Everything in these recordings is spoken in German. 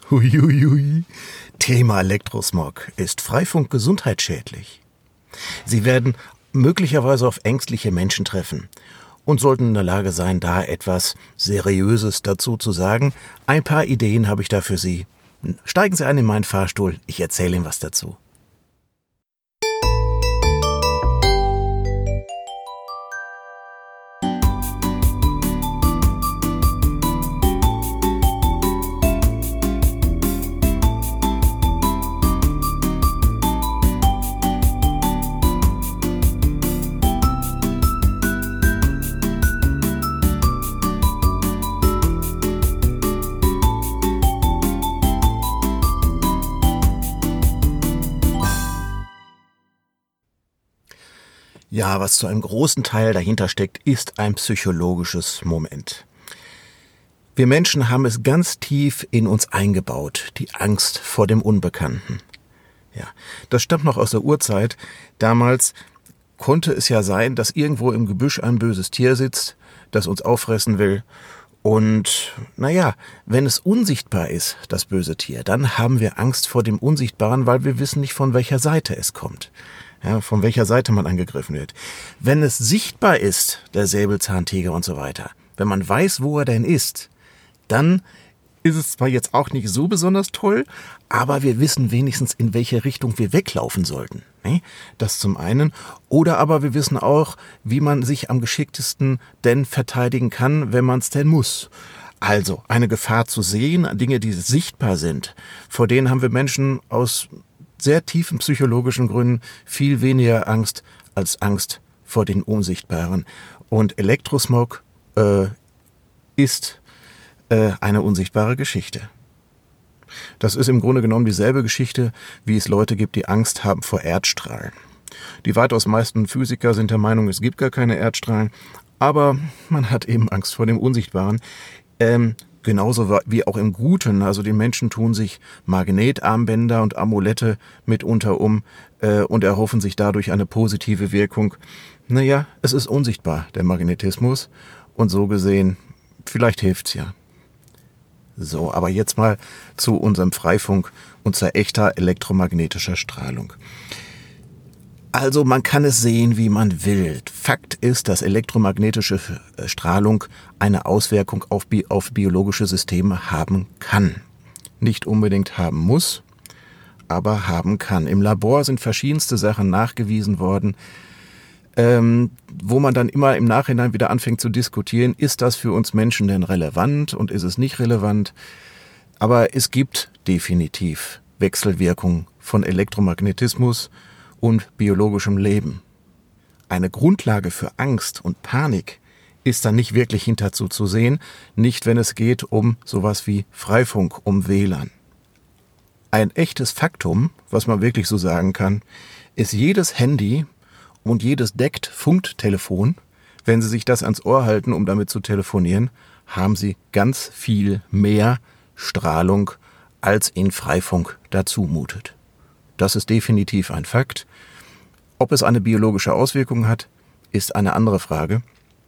Huiuiui. Thema Elektrosmog. Ist Freifunk gesundheitsschädlich? Sie werden möglicherweise auf ängstliche Menschen treffen und sollten in der Lage sein, da etwas Seriöses dazu zu sagen. Ein paar Ideen habe ich da für Sie. Steigen Sie ein in meinen Fahrstuhl, ich erzähle Ihnen was dazu. Ja, was zu einem großen Teil dahinter steckt, ist ein psychologisches Moment. Wir Menschen haben es ganz tief in uns eingebaut, die Angst vor dem Unbekannten. Ja, das stammt noch aus der Urzeit. Damals konnte es ja sein, dass irgendwo im Gebüsch ein böses Tier sitzt, das uns auffressen will. Und naja, wenn es unsichtbar ist, das böse Tier, dann haben wir Angst vor dem Unsichtbaren, weil wir wissen nicht, von welcher Seite es kommt. Ja, von welcher Seite man angegriffen wird. Wenn es sichtbar ist, der Säbelzahntiger und so weiter, wenn man weiß, wo er denn ist, dann ist es zwar jetzt auch nicht so besonders toll, aber wir wissen wenigstens, in welche Richtung wir weglaufen sollten. Das zum einen. Oder aber wir wissen auch, wie man sich am geschicktesten denn verteidigen kann, wenn man es denn muss. Also, eine Gefahr zu sehen, Dinge, die sichtbar sind, vor denen haben wir Menschen aus sehr tiefen psychologischen Gründen viel weniger Angst als Angst vor den Unsichtbaren. Und Elektrosmog ist eine unsichtbare Geschichte. Das ist im Grunde genommen dieselbe Geschichte, wie es Leute gibt, die Angst haben vor Erdstrahlen. Die weitaus meisten Physiker sind der Meinung, es gibt gar keine Erdstrahlen, aber man hat eben Angst vor dem Unsichtbaren. Genauso wie auch im Guten, also die Menschen tun sich Magnetarmbänder und Amulette mitunter um und erhoffen sich dadurch eine positive Wirkung. Naja, es ist unsichtbar, der Magnetismus, und so gesehen, vielleicht hilft's ja. So, aber jetzt mal zu unserem Freifunk und zur echter elektromagnetischer Strahlung. Also man kann es sehen, wie man will. Fakt ist, dass elektromagnetische Strahlung eine Auswirkung auf biologische Systeme haben kann. Nicht unbedingt haben muss, aber haben kann. Im Labor sind verschiedenste Sachen nachgewiesen worden, wo man dann immer im Nachhinein wieder anfängt zu diskutieren, ist das für uns Menschen denn relevant und ist es nicht relevant? Aber es gibt definitiv Wechselwirkungen von Elektromagnetismus und biologischem Leben. Eine Grundlage für Angst und Panik ist da nicht wirklich hinterzu zu sehen, nicht wenn es geht um sowas wie Freifunk, um WLAN. Ein echtes Faktum, was man wirklich so sagen kann, ist jedes Handy und jedes Funkttelefon, wenn Sie sich das ans Ohr halten, um damit zu telefonieren, haben Sie ganz viel mehr Strahlung, als Ihnen Freifunk dazu mutet. Das ist definitiv ein Fakt. Ob es eine biologische Auswirkung hat, ist eine andere Frage.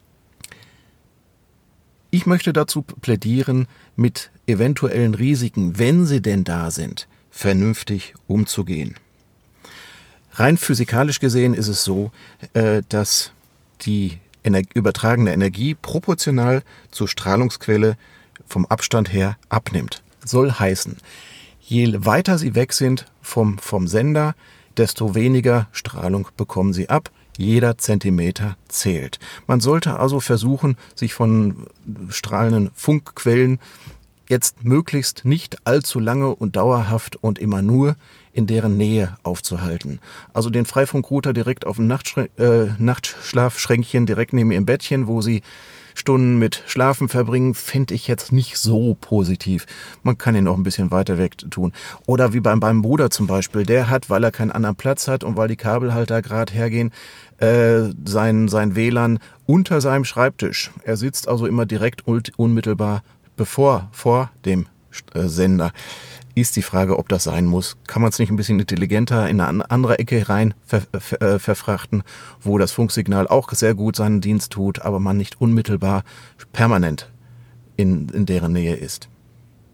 Ich möchte dazu plädieren, mit eventuellen Risiken, wenn sie denn da sind, vernünftig umzugehen. Rein physikalisch gesehen ist es so, dass die übertragene Energie proportional zur Strahlungsquelle vom Abstand her abnimmt. Soll heißen, je weiter Sie weg sind vom Sender, desto weniger Strahlung bekommen Sie ab. Jeder Zentimeter zählt. Man sollte also versuchen, sich von strahlenden Funkquellen jetzt möglichst nicht allzu lange und dauerhaft und immer nur in deren Nähe aufzuhalten. Also den Freifunkrouter direkt auf dem Nachtschlafschränkchen direkt neben Ihrem Bettchen, wo Sie Stunden mit Schlafen verbringen, finde ich jetzt nicht so positiv. Man kann ihn auch ein bisschen weiter weg tun. Oder wie beim Bruder zum Beispiel, der hat, weil er keinen anderen Platz hat und weil die Kabelhalter gerade hergehen, sein WLAN unter seinem Schreibtisch. Er sitzt also immer direkt unmittelbar vor dem Sender. Ist die Frage, ob das sein muss. Kann man es nicht ein bisschen intelligenter in eine andere Ecke rein verfrachten, wo das Funksignal auch sehr gut seinen Dienst tut, aber man nicht unmittelbar permanent in deren Nähe ist.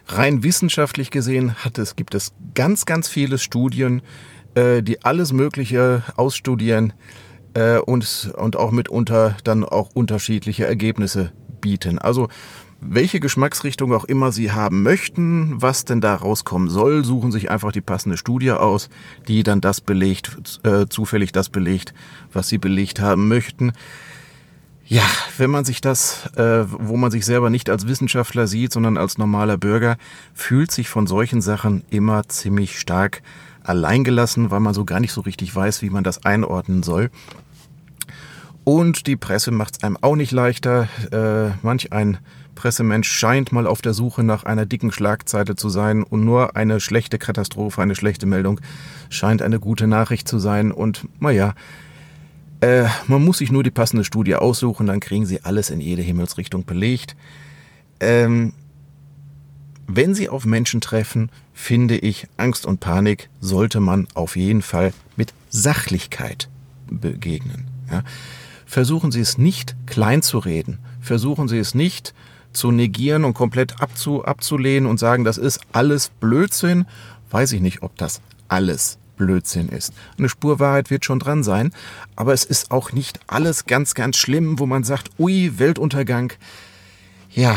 Rein wissenschaftlich gesehen gibt es ganz, ganz viele Studien, die alles Mögliche ausstudieren und auch mitunter dann auch unterschiedliche Ergebnisse bieten. Also welche Geschmacksrichtung auch immer Sie haben möchten, was denn da rauskommen soll, suchen sich einfach die passende Studie aus, die dann das belegt, zufällig das belegt, was Sie belegt haben möchten. Ja, wenn man sich das, wo man sich selber nicht als Wissenschaftler sieht, sondern als normaler Bürger, fühlt sich von solchen Sachen immer ziemlich stark alleingelassen, weil man so gar nicht so richtig weiß, wie man das einordnen soll. Und die Presse macht es einem auch nicht leichter. Manch ein Pressemensch scheint mal auf der Suche nach einer dicken Schlagzeile zu sein und nur eine schlechte Katastrophe, eine schlechte Meldung scheint eine gute Nachricht zu sein. Und naja, man muss sich nur die passende Studie aussuchen, dann kriegen Sie alles in jede Himmelsrichtung belegt. Wenn Sie auf Menschen treffen, finde ich, Angst und Panik sollte man auf jeden Fall mit Sachlichkeit begegnen. Ja? Versuchen Sie es nicht klein zu reden. Versuchen Sie es nicht zu negieren und komplett abzulehnen und sagen, das ist alles Blödsinn. Weiß ich nicht, ob das alles Blödsinn ist. Eine Spur Wahrheit wird schon dran sein, aber es ist auch nicht alles ganz, ganz schlimm, wo man sagt, ui, Weltuntergang. Ja,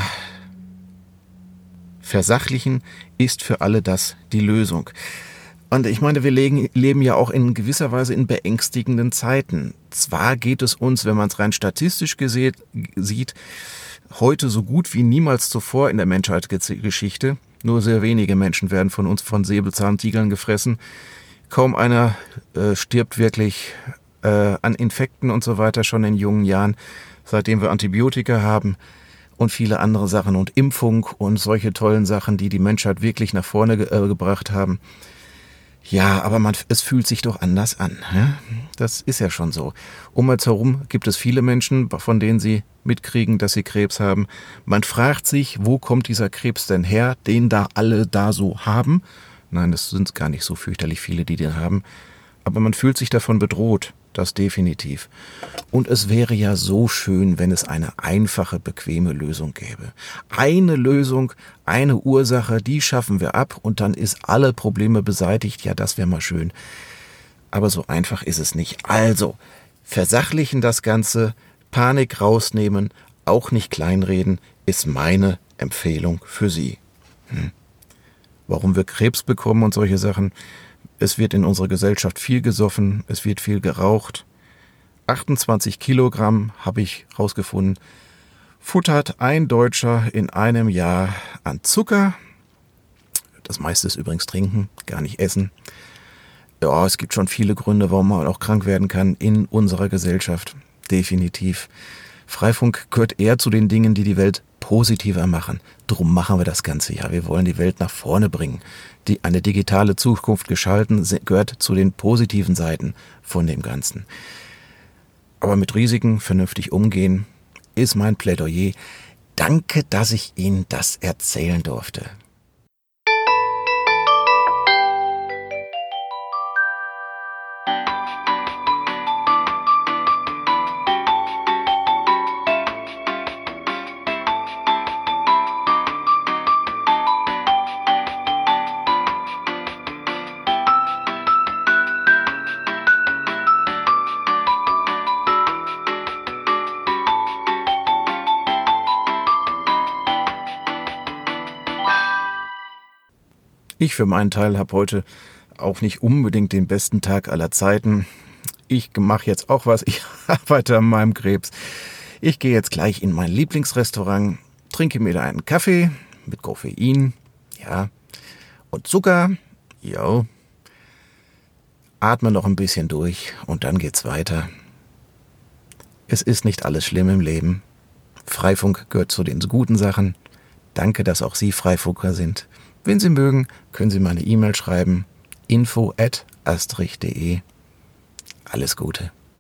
versachlichen ist für alle das die Lösung. Und ich meine, wir leben ja auch in gewisser Weise in beängstigenden Zeiten. Zwar geht es uns, wenn man es rein statistisch sieht, heute so gut wie niemals zuvor in der Menschheitsgeschichte. Nur sehr wenige Menschen werden von uns von Säbelzahntigern gefressen. Kaum einer stirbt wirklich an Infekten und so weiter schon in jungen Jahren, seitdem wir Antibiotika haben und viele andere Sachen und Impfung und solche tollen Sachen, die die Menschheit wirklich nach vorne gebracht haben. Ja, aber es fühlt sich doch anders an. Ja? Das ist ja schon so. Um uns herum gibt es viele Menschen, von denen sie mitkriegen, dass sie Krebs haben. Man fragt sich, wo kommt dieser Krebs denn her, den da alle da so haben? Nein, es sind gar nicht so fürchterlich viele, die den haben. Aber man fühlt sich davon bedroht, das definitiv. Und es wäre ja so schön, wenn es eine einfache, bequeme Lösung gäbe. Eine Lösung, eine Ursache, die schaffen wir ab und dann ist alle Probleme beseitigt. Ja, das wäre mal schön. Aber so einfach ist es nicht. Also, versachlichen das Ganze, Panik rausnehmen, auch nicht kleinreden, ist meine Empfehlung für Sie. Warum wir Krebs bekommen und solche Sachen? Es wird in unserer Gesellschaft viel gesoffen, es wird viel geraucht. 28 Kilogramm, habe ich rausgefunden, futtert ein Deutscher in einem Jahr an Zucker. Das meiste ist übrigens trinken, gar nicht essen. Ja, es gibt schon viele Gründe, warum man auch krank werden kann in unserer Gesellschaft. Definitiv. Freifunk gehört eher zu den Dingen, die die Welt positiver machen. Drum machen wir das Ganze ja. Wir wollen die Welt nach vorne bringen. Eine digitale Zukunft gestalten gehört zu den positiven Seiten von dem Ganzen. Aber mit Risiken vernünftig umgehen ist mein Plädoyer. Danke, dass ich Ihnen das erzählen durfte. Ich für meinen Teil habe heute auch nicht unbedingt den besten Tag aller Zeiten. Ich mache jetzt auch was. Ich arbeite an meinem Krebs. Ich gehe jetzt gleich in mein Lieblingsrestaurant, trinke mir da einen Kaffee mit Koffein, ja, und Zucker, ja. Atme noch ein bisschen durch und dann geht's weiter. Es ist nicht alles schlimm im Leben. Freifunk gehört zu den guten Sachen. Danke, dass auch Sie Freifunker sind. Wenn Sie mögen, können Sie meine E-Mail schreiben, info@astrich.de. Alles Gute.